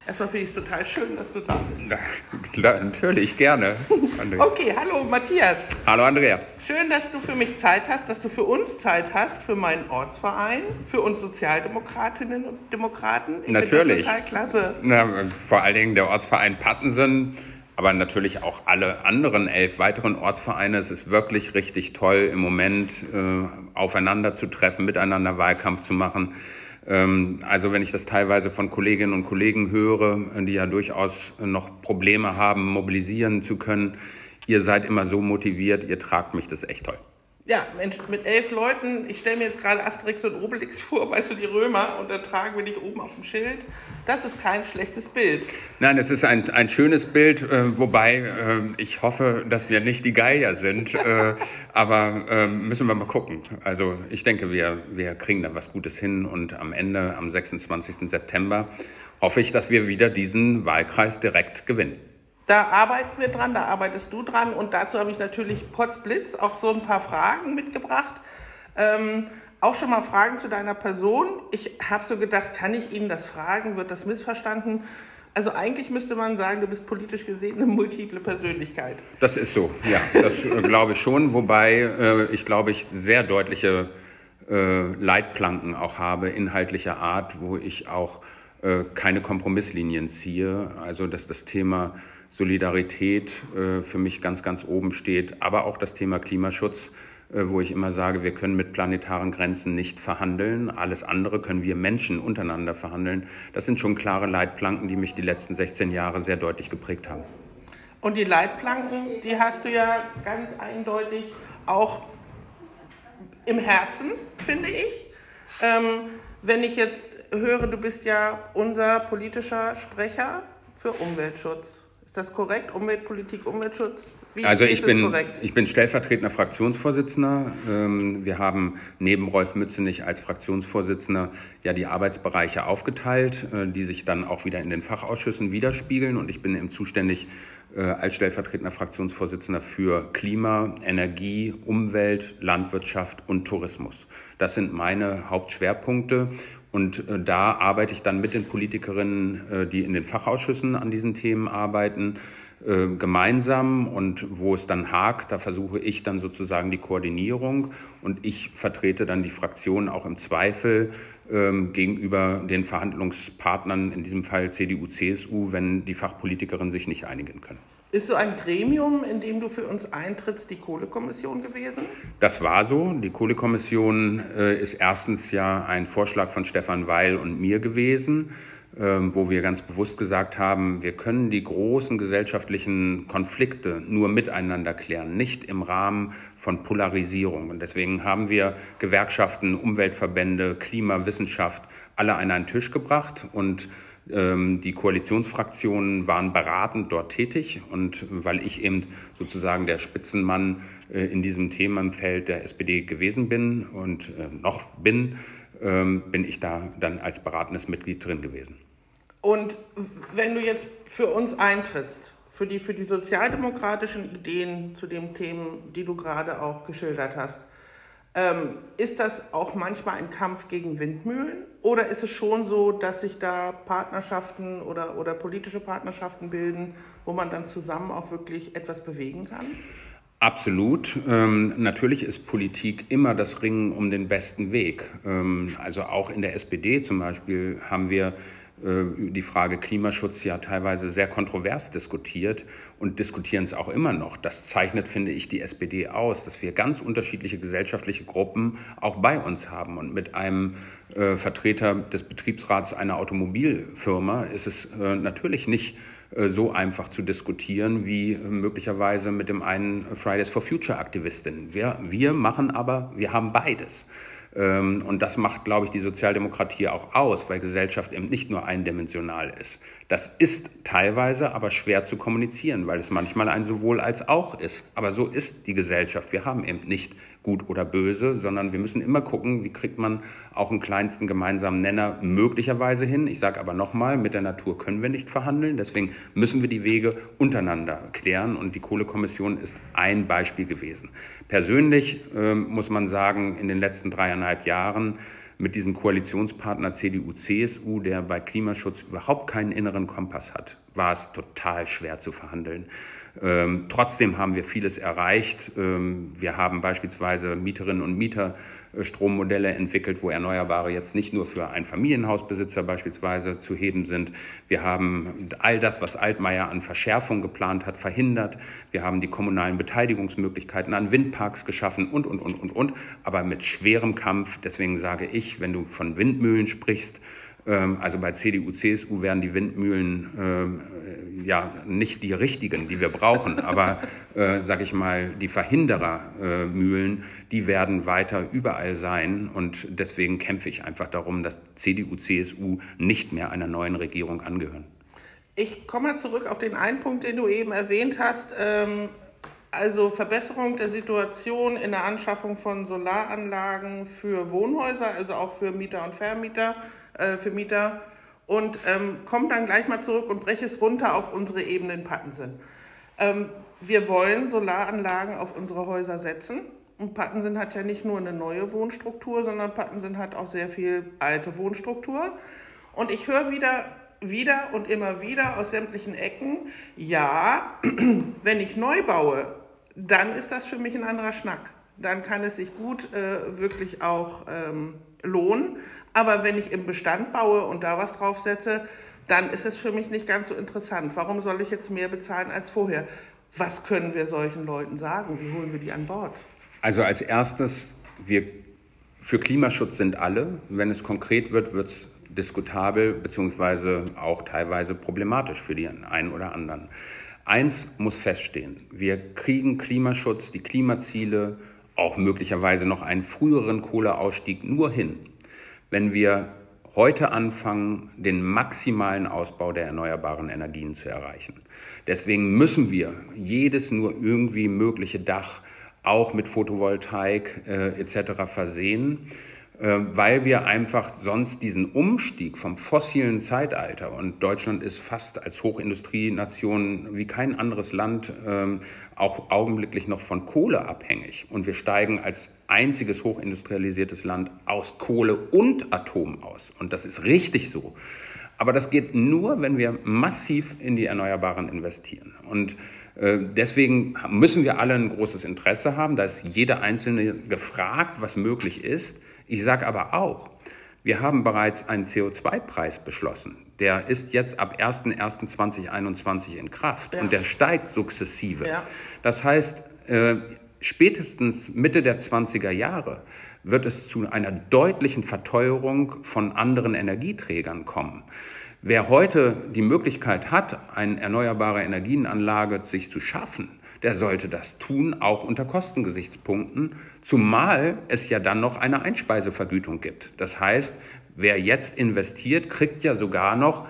Erstmal finde ich es total schön, dass du da bist. Klar, natürlich, gerne. Okay, hallo Matthias. Hallo Andrea. Schön, dass du für mich Zeit hast, dass du für uns Zeit hast, für meinen Ortsverein, für uns Sozialdemokratinnen und Demokraten. Ich Natürlich. finde das total klasse. Vor allen Dingen der Ortsverein Pattensen, aber natürlich auch alle anderen 11 weiteren Ortsvereine. Es ist wirklich richtig toll, im Moment aufeinander zu treffen, miteinander Wahlkampf zu machen. Also wenn ich das teilweise von Kolleginnen und Kollegen höre, die ja durchaus noch Probleme haben, mobilisieren zu können, ihr seid immer so motiviert, ihr tragt mich, das ist echt toll. Ja, Mensch, mit 11 Leuten, ich stelle mir jetzt gerade Asterix und Obelix vor, weißt du, die Römer, und dann tragen wir dich oben auf dem Schild. Das ist kein schlechtes Bild. Nein, es ist ein schönes Bild, wobei ich hoffe, dass wir nicht die Geier sind, aber müssen wir mal gucken. Also ich denke, wir kriegen da was Gutes hin und am Ende, am 26. September, hoffe ich, dass wir wieder diesen Wahlkreis direkt gewinnen. Da arbeiten wir dran, da arbeitest du dran und dazu habe ich natürlich potzblitz auch so ein paar Fragen mitgebracht. Auch schon mal Fragen zu deiner Person. Ich habe so gedacht, kann ich Ihnen das fragen? Wird das missverstanden? Also eigentlich müsste man sagen, du bist politisch gesehen eine multiple Persönlichkeit. Das ist so, ja, das glaube ich schon, wobei ich glaube, ich sehr deutliche Leitplanken auch habe, inhaltlicher Art, wo ich auch keine Kompromisslinien ziehe. Also dass das Thema Solidarität für mich ganz, ganz oben steht, aber auch das Thema Klimaschutz, wo ich immer sage, wir können mit planetaren Grenzen nicht verhandeln. Alles andere können wir Menschen untereinander verhandeln. Das sind schon klare Leitplanken, die mich die letzten 16 Jahre sehr deutlich geprägt haben. Und die Leitplanken, die hast du ja ganz eindeutig auch im Herzen, finde ich. Wenn ich jetzt höre, du bist ja unser politischer Sprecher für Umweltschutz. Ist das korrekt? Umweltpolitik, Umweltschutz? Also ich bin stellvertretender Fraktionsvorsitzender. Wir haben neben Rolf Mützenich als Fraktionsvorsitzender ja die Arbeitsbereiche aufgeteilt, die sich dann auch wieder in den Fachausschüssen widerspiegeln. Und ich bin eben zuständig als stellvertretender Fraktionsvorsitzender für Klima, Energie, Umwelt, Landwirtschaft und Tourismus. Das sind meine Hauptschwerpunkte. Und da arbeite ich dann mit den Politikerinnen, die in den Fachausschüssen an diesen Themen arbeiten, gemeinsam. Und wo es dann hakt, da versuche ich dann sozusagen die Koordinierung. Und ich vertrete dann die Fraktion auch im Zweifel gegenüber den Verhandlungspartnern, in diesem Fall CDU, CSU, wenn die Fachpolitikerinnen sich nicht einigen können. Ist so ein Gremium, in dem du für uns eintrittst, die Kohlekommission gewesen? Das war so. Die Kohlekommission ist erstens ja ein Vorschlag von Stefan Weil und mir gewesen, wo wir ganz bewusst gesagt haben, wir können die großen gesellschaftlichen Konflikte nur miteinander klären, nicht im Rahmen von Polarisierung. Und deswegen haben wir Gewerkschaften, Umweltverbände, Klimawissenschaft alle an einen Tisch gebracht und die Koalitionsfraktionen waren beratend dort tätig und weil ich eben sozusagen der Spitzenmann in diesem Themenfeld der SPD gewesen bin und noch bin, bin ich da dann als beratendes Mitglied drin gewesen. Und wenn du jetzt für uns eintrittst, für die sozialdemokratischen Ideen zu den Themen, die du gerade auch geschildert hast, ist das auch manchmal ein Kampf gegen Windmühlen oder ist es schon so, dass sich da Partnerschaften oder politische Partnerschaften bilden, wo man dann zusammen auch wirklich etwas bewegen kann? Absolut. Natürlich ist Politik immer das Ringen um den besten Weg. Also auch in der SPD zum Beispiel haben wir die Frage Klimaschutz ja teilweise sehr kontrovers diskutiert und diskutieren es auch immer noch. Das zeichnet, finde ich, die SPD aus, dass wir ganz unterschiedliche gesellschaftliche Gruppen auch bei uns haben. Und mit einem Vertreter des Betriebsrats einer Automobilfirma ist es natürlich nicht so einfach zu diskutieren wie möglicherweise mit dem einen Fridays for Future Aktivistin. Wir machen aber, wir haben beides. Und das macht, glaube ich, die Sozialdemokratie auch aus, weil Gesellschaft eben nicht nur eindimensional ist. Das ist teilweise aber schwer zu kommunizieren, weil es manchmal ein sowohl als auch ist. Aber so ist die Gesellschaft. Wir haben eben nicht gut oder böse, sondern wir müssen immer gucken, wie kriegt man auch einen kleinsten gemeinsamen Nenner möglicherweise hin. Ich sage aber nochmal, mit der Natur können wir nicht verhandeln. Deswegen müssen wir die Wege untereinander klären. Und die Kohlekommission ist ein Beispiel gewesen. Persönlich muss man sagen, in den letzten 3,5 Jahren mit diesem Koalitionspartner CDU-CSU, der bei Klimaschutz überhaupt keinen inneren Kompass hat, war es total schwer zu verhandeln. Trotzdem haben wir vieles erreicht. Wir haben beispielsweise Mieterinnen und Mieter Strommodelle entwickelt, wo Erneuerbare jetzt nicht nur für Einfamilienhausbesitzer beispielsweise zu heben sind. Wir haben all das, was Altmaier an Verschärfung geplant hat, verhindert. Wir haben die kommunalen Beteiligungsmöglichkeiten an Windparks geschaffen und. Aber mit schwerem Kampf. Deswegen sage ich, wenn du von Windmühlen sprichst, also bei CDU, CSU werden die Windmühlen ja nicht die richtigen, die wir brauchen, aber sage ich mal, die Verhinderermühlen, die werden weiter überall sein. Und deswegen kämpfe ich einfach darum, dass CDU, CSU nicht mehr einer neuen Regierung angehören. Ich komme mal zurück auf den einen Punkt, den du eben erwähnt hast. Also Verbesserung der Situation in der Anschaffung von Solaranlagen für Wohnhäuser, also auch für Mieter und Vermieter, für Mieter. Und komme dann gleich mal zurück und breche es runter auf unsere Ebene in Pattensen. Wir wollen Solaranlagen auf unsere Häuser setzen. Und Pattensen hat ja nicht nur eine neue Wohnstruktur, sondern Pattensen hat auch sehr viel alte Wohnstruktur. Und ich höre wieder und immer wieder aus sämtlichen Ecken, ja, wenn ich neu baue, dann ist das für mich ein anderer Schnack. Dann kann es sich gut wirklich auch lohnen. Aber wenn ich im Bestand baue und da was draufsetze, dann ist es für mich nicht ganz so interessant. Warum soll ich jetzt mehr bezahlen als vorher? Was können wir solchen Leuten sagen? Wie holen wir die an Bord? Also als erstes, für Klimaschutz sind alle. Wenn es konkret wird, wird es diskutabel bzw. auch teilweise problematisch für die einen oder anderen. Eins muss feststehen, wir kriegen Klimaschutz, die Klimaziele, auch möglicherweise noch einen früheren Kohleausstieg nur hin, wenn wir heute anfangen, den maximalen Ausbau der erneuerbaren Energien zu erreichen. Deswegen müssen wir jedes nur irgendwie mögliche Dach auch mit Photovoltaik etc. versehen, weil wir einfach sonst diesen Umstieg vom fossilen Zeitalter, und Deutschland ist fast als Hochindustrienation wie kein anderes Land auch augenblicklich noch von Kohle abhängig. Und wir steigen als einziges hochindustrialisiertes Land aus Kohle und Atom aus. Und das ist richtig so. Aber das geht nur, wenn wir massiv in die Erneuerbaren investieren. Und deswegen müssen wir alle ein großes Interesse haben. Da ist jeder Einzelne gefragt, was möglich ist. Ich sage aber auch, wir haben bereits einen CO2-Preis beschlossen. Der ist jetzt ab 01.01.2021 in Kraft und der steigt sukzessive. Ja. Das heißt, spätestens Mitte der 20er Jahre wird es zu einer deutlichen Verteuerung von anderen Energieträgern kommen. Wer heute die Möglichkeit hat, eine erneuerbare Energienanlage sich zu schaffen, der sollte das tun, auch unter Kostengesichtspunkten, zumal es ja dann noch eine Einspeisevergütung gibt. Das heißt, wer jetzt investiert, kriegt ja sogar noch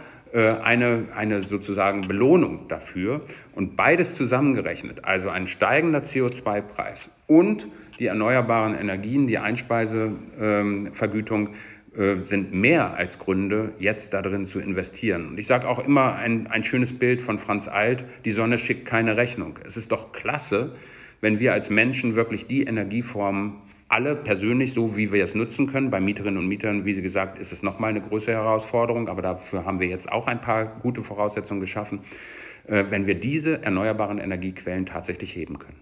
eine sozusagen Belohnung dafür. Und beides zusammengerechnet, also ein steigender CO2-Preis und die erneuerbaren Energien, die Einspeisevergütung, sind mehr als Gründe, jetzt darin zu investieren. Und ich sage auch immer ein schönes Bild von Franz Alt, die Sonne schickt keine Rechnung. Es ist doch klasse, wenn wir als Menschen wirklich die Energieformen alle persönlich, so wie wir es nutzen können. Bei Mieterinnen und Mietern, wie Sie gesagt, ist es nochmal eine größere Herausforderung, aber dafür haben wir jetzt auch ein paar gute Voraussetzungen geschaffen, wenn wir diese erneuerbaren Energiequellen tatsächlich heben können.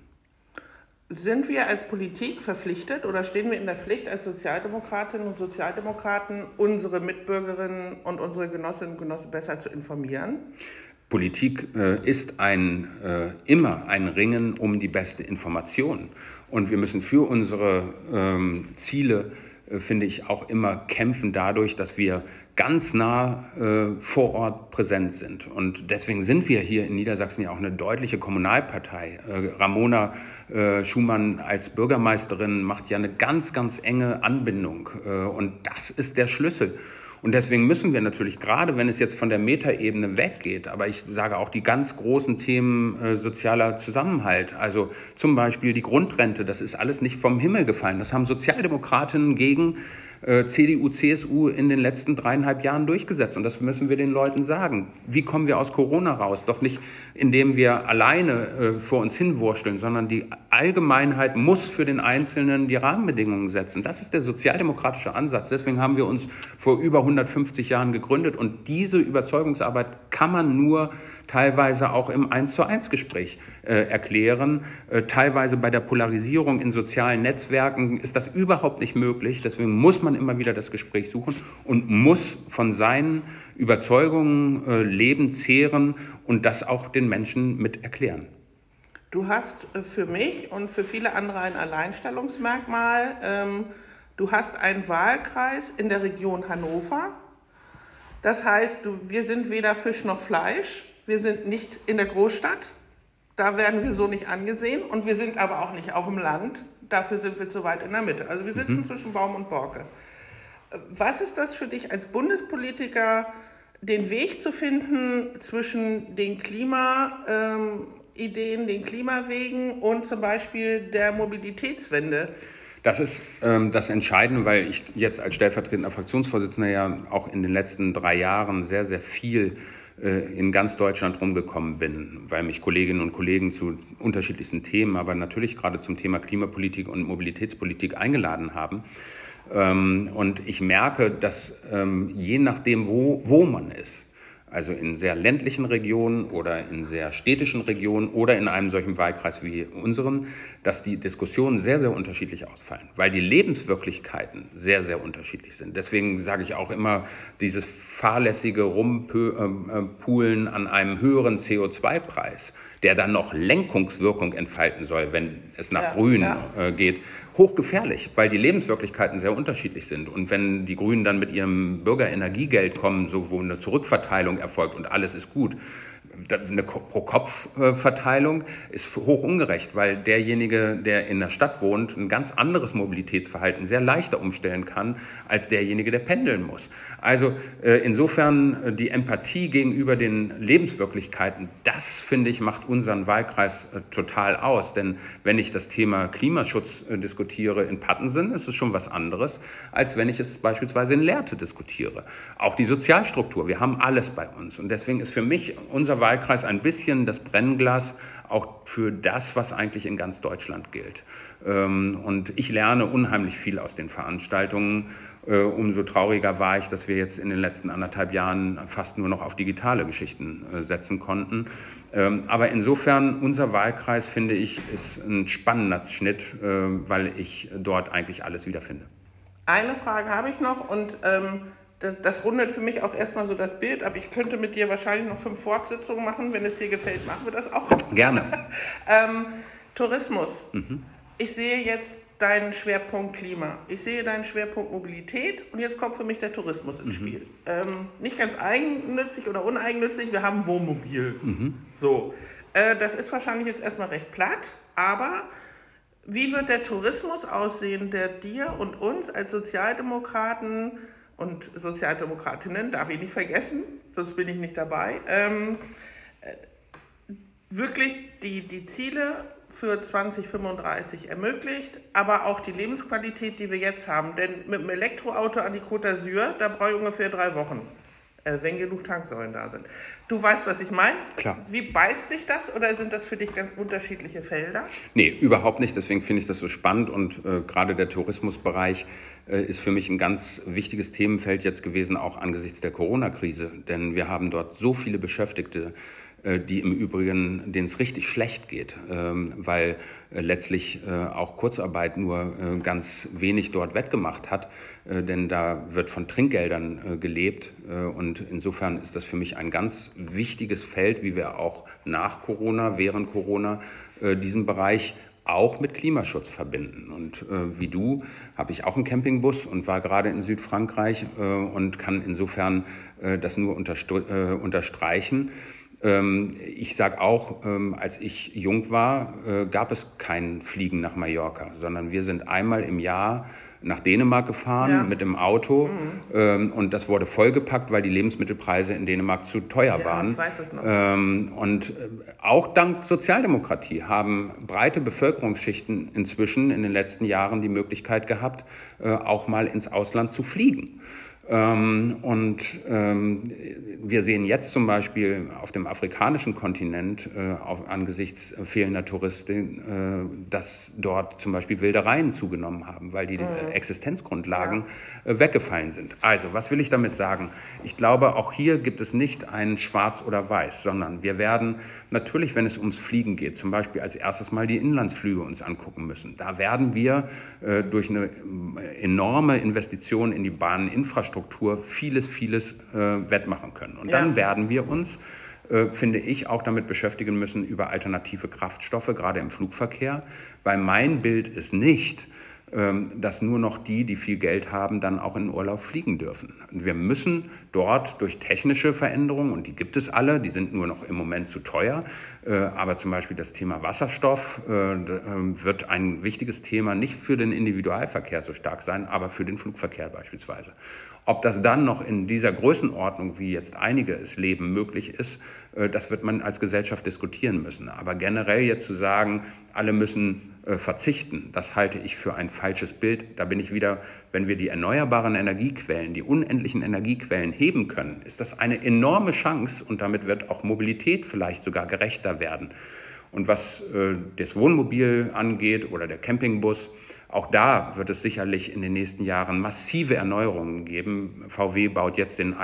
Sind wir als Politik verpflichtet oder stehen wir in der Pflicht als Sozialdemokratinnen und Sozialdemokraten, unsere Mitbürgerinnen und unsere Genossinnen und Genossen besser zu informieren? Politik ist immer ein Ringen um die beste Information. Und wir müssen für unsere Ziele, finde ich, auch immer kämpfen dadurch, dass wir ganz nah vor Ort präsent sind. Und deswegen sind wir hier in Niedersachsen ja auch eine deutliche Kommunalpartei. Ramona Schumann als Bürgermeisterin macht ja eine ganz, ganz enge Anbindung. Und das ist der Schlüssel. Und deswegen müssen wir natürlich, gerade wenn es jetzt von der Metaebene weggeht, aber ich sage auch die ganz großen Themen sozialer Zusammenhalt, also zum Beispiel die Grundrente, das ist alles nicht vom Himmel gefallen. Das haben Sozialdemokratinnen gegen CDU, CSU in den letzten 3,5 Jahren durchgesetzt. Und das müssen wir den Leuten sagen. Wie kommen wir aus Corona raus? Doch nicht, indem wir alleine vor uns hinwursteln, sondern die Allgemeinheit muss für den Einzelnen die Rahmenbedingungen setzen. Das ist der sozialdemokratische Ansatz. Deswegen haben wir uns vor über 150 Jahren gegründet. Und diese Überzeugungsarbeit kann man nur teilweise auch im 1:1 erklären. Teilweise bei der Polarisierung in sozialen Netzwerken ist das überhaupt nicht möglich. Deswegen muss man immer wieder das Gespräch suchen und muss von seinen Überzeugungen leben, zehren und das auch den Menschen mit erklären. Du hast für mich und für viele andere ein Alleinstellungsmerkmal. Du hast einen Wahlkreis in der Region Hannover. Das heißt, wir sind weder Fisch noch Fleisch. Wir sind nicht in der Großstadt, da werden wir so nicht angesehen. Und wir sind aber auch nicht auf dem Land, dafür sind wir zu weit in der Mitte. Also wir sitzen zwischen Baum und Borke. Was ist das für dich als Bundespolitiker, den Weg zu finden zwischen den Klimaideen, den Klimawegen und zum Beispiel der Mobilitätswende? Das ist das Entscheidende, weil ich jetzt als stellvertretender Fraktionsvorsitzender ja auch in den letzten 3 Jahren sehr, sehr viel in ganz Deutschland rumgekommen bin, weil mich Kolleginnen und Kollegen zu unterschiedlichsten Themen, aber natürlich gerade zum Thema Klimapolitik und Mobilitätspolitik eingeladen haben. Und ich merke, dass je nachdem, wo man ist, also in sehr ländlichen Regionen oder in sehr städtischen Regionen oder in einem solchen Wahlkreis wie unseren, dass die Diskussionen sehr, sehr unterschiedlich ausfallen, weil die Lebenswirklichkeiten sehr, sehr unterschiedlich sind. Deswegen sage ich auch immer, dieses fahrlässige Rumpoolen an einem höheren CO2-Preis, der dann noch Lenkungswirkung entfalten soll, wenn es nach Grün geht, hochgefährlich, weil die Lebenswirklichkeiten sehr unterschiedlich sind. Und wenn die Grünen dann mit ihrem Bürgerenergiegeld kommen, so wo eine Zurückverteilung erfolgt und alles ist gut, eine Pro-Kopf-Verteilung ist hoch ungerecht, weil derjenige, der in der Stadt wohnt, ein ganz anderes Mobilitätsverhalten sehr leichter umstellen kann, als derjenige, der pendeln muss. Also insofern die Empathie gegenüber den Lebenswirklichkeiten, das, finde ich, macht unseren Wahlkreis total aus. Denn wenn ich das Thema Klimaschutz diskutiere in Pattensen, ist es schon was anderes, als wenn ich es beispielsweise in Lehrte diskutiere. Auch die Sozialstruktur, wir haben alles bei uns. Und deswegen ist für mich unser Wahlkreis ein bisschen das Brennglas auch für das, was eigentlich in ganz Deutschland gilt. Und ich lerne unheimlich viel aus den Veranstaltungen. Umso trauriger war ich, dass wir jetzt in den letzten 1,5 Jahren fast nur noch auf digitale Geschichten setzen konnten. Aber insofern, unser Wahlkreis, finde ich, ist ein spannender Schnitt, weil ich dort eigentlich alles wiederfinde. Eine Frage habe ich noch und das rundet für mich auch erstmal so das Bild, aber ich könnte mit dir wahrscheinlich noch 5 Fortsitzungen machen. Wenn es dir gefällt, machen wir das auch. Gerne. Tourismus. Ich sehe jetzt deinen Schwerpunkt Klima. Ich sehe deinen Schwerpunkt Mobilität und jetzt kommt für mich der Tourismus ins Spiel. Nicht ganz eigennützig oder uneigennützig, wir haben Wohnmobil. So, das ist wahrscheinlich jetzt erstmal recht platt, aber wie wird der Tourismus aussehen, der dir und uns als Sozialdemokraten und Sozialdemokratinnen, darf ich nicht vergessen, sonst bin ich nicht dabei, wirklich die Ziele für 2035 ermöglicht, aber auch die Lebensqualität, die wir jetzt haben. Denn mit dem Elektroauto an die Côte d'Azur, da brauche ich ungefähr 3 Wochen, wenn genug Tanksäulen da sind. Du weißt, was ich meine? Klar. Wie beißt sich das oder sind das für dich ganz unterschiedliche Felder? Nee, überhaupt nicht. Deswegen finde ich das so spannend und gerade der Tourismusbereich ist für mich ein ganz wichtiges Themenfeld jetzt gewesen, auch angesichts der Corona-Krise. Denn wir haben dort so viele Beschäftigte, die im Übrigen, denen es richtig schlecht geht, weil letztlich auch Kurzarbeit nur ganz wenig dort wettgemacht hat, denn da wird von Trinkgeldern gelebt und insofern ist das für mich ein ganz wichtiges Feld, wie wir auch nach Corona, während Corona diesen Bereich auch mit Klimaschutz verbinden. Und wie du habe ich auch einen Campingbus und war gerade in Südfrankreich und kann insofern das nur unterstreichen. Ich sage auch, als ich jung war, gab es kein Fliegen nach Mallorca, sondern wir sind einmal im Jahr nach Dänemark gefahren mit dem Auto und das wurde vollgepackt, weil die Lebensmittelpreise in Dänemark zu teuer waren. Ich weiß es noch. Und auch dank Sozialdemokratie haben breite Bevölkerungsschichten inzwischen in den letzten Jahren die Möglichkeit gehabt, auch mal ins Ausland zu fliegen. Wir sehen jetzt zum Beispiel auf dem afrikanischen Kontinent angesichts fehlender Touristen, dass dort zum Beispiel Wildereien zugenommen haben, weil die Existenzgrundlagen weggefallen sind. Also, was will ich damit sagen? Ich glaube, auch hier gibt es nicht ein Schwarz oder Weiß, sondern wir werden natürlich, wenn es ums Fliegen geht, zum Beispiel als erstes mal die Inlandsflüge uns angucken müssen. Da werden wir durch eine enorme Investition in die Bahninfrastruktur vieles wettmachen können. Und dann werden wir uns, finde ich, auch damit beschäftigen müssen über alternative Kraftstoffe, gerade im Flugverkehr, weil mein Bild ist nicht, dass nur noch die viel Geld haben, dann auch in Urlaub fliegen dürfen. Und wir müssen dort durch technische Veränderungen, und die gibt es alle, die sind nur noch im Moment zu teuer, aber zum Beispiel das Thema Wasserstoff wird ein wichtiges Thema, nicht für den Individualverkehr so stark sein, aber für den Flugverkehr beispielsweise. Ob das dann noch in dieser Größenordnung, wie jetzt einige es leben, möglich ist, das wird man als Gesellschaft diskutieren müssen. Aber generell jetzt zu sagen, alle müssen verzichten, das halte ich für ein falsches Bild. Da bin ich wieder, wenn wir die erneuerbaren Energiequellen, die unendlichen Energiequellen heben können, ist das eine enorme Chance und damit wird auch Mobilität vielleicht sogar gerechter werden. Und was das Wohnmobil angeht oder der Campingbus, auch da wird es sicherlich in den nächsten Jahren massive Erneuerungen geben. VW baut jetzt den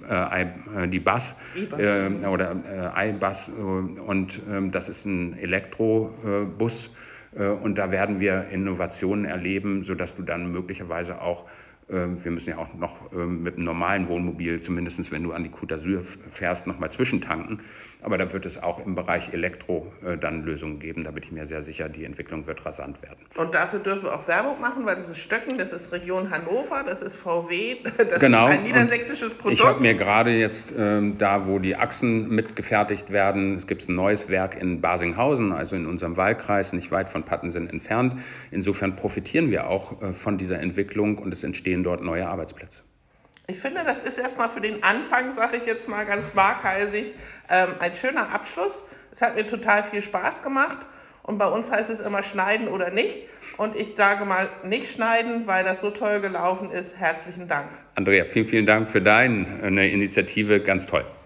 iBus oder iBus und das ist ein Elektrobus und da werden wir Innovationen erleben, sodass du dann möglicherweise auch wir müssen ja auch noch mit einem normalen Wohnmobil, zumindest wenn du an die Côte d'Azur fährst, noch mal zwischentanken. Aber da wird es auch im Bereich Elektro dann Lösungen geben. Da bin ich mir sehr sicher, die Entwicklung wird rasant werden. Und dafür dürfen wir auch Werbung machen, weil das ist Stöcken, das ist Region Hannover, das ist VW, das genau. ist ein niedersächsisches Produkt. Ich habe mir gerade jetzt da, wo die Achsen mitgefertigt werden, es gibt ein neues Werk in Barsinghausen, also in unserem Wahlkreis, nicht weit von Pattensen entfernt. Insofern profitieren wir auch von dieser Entwicklung und es entstehen dort neue Arbeitsplätze. Ich finde, das ist erstmal für den Anfang, sage ich jetzt mal ganz waghalsig, ein schöner Abschluss. Es hat mir total viel Spaß gemacht und bei uns heißt es immer schneiden oder nicht. Und ich sage mal nicht schneiden, weil das so toll gelaufen ist. Herzlichen Dank. Andrea, vielen Dank für deine Initiative, ganz toll.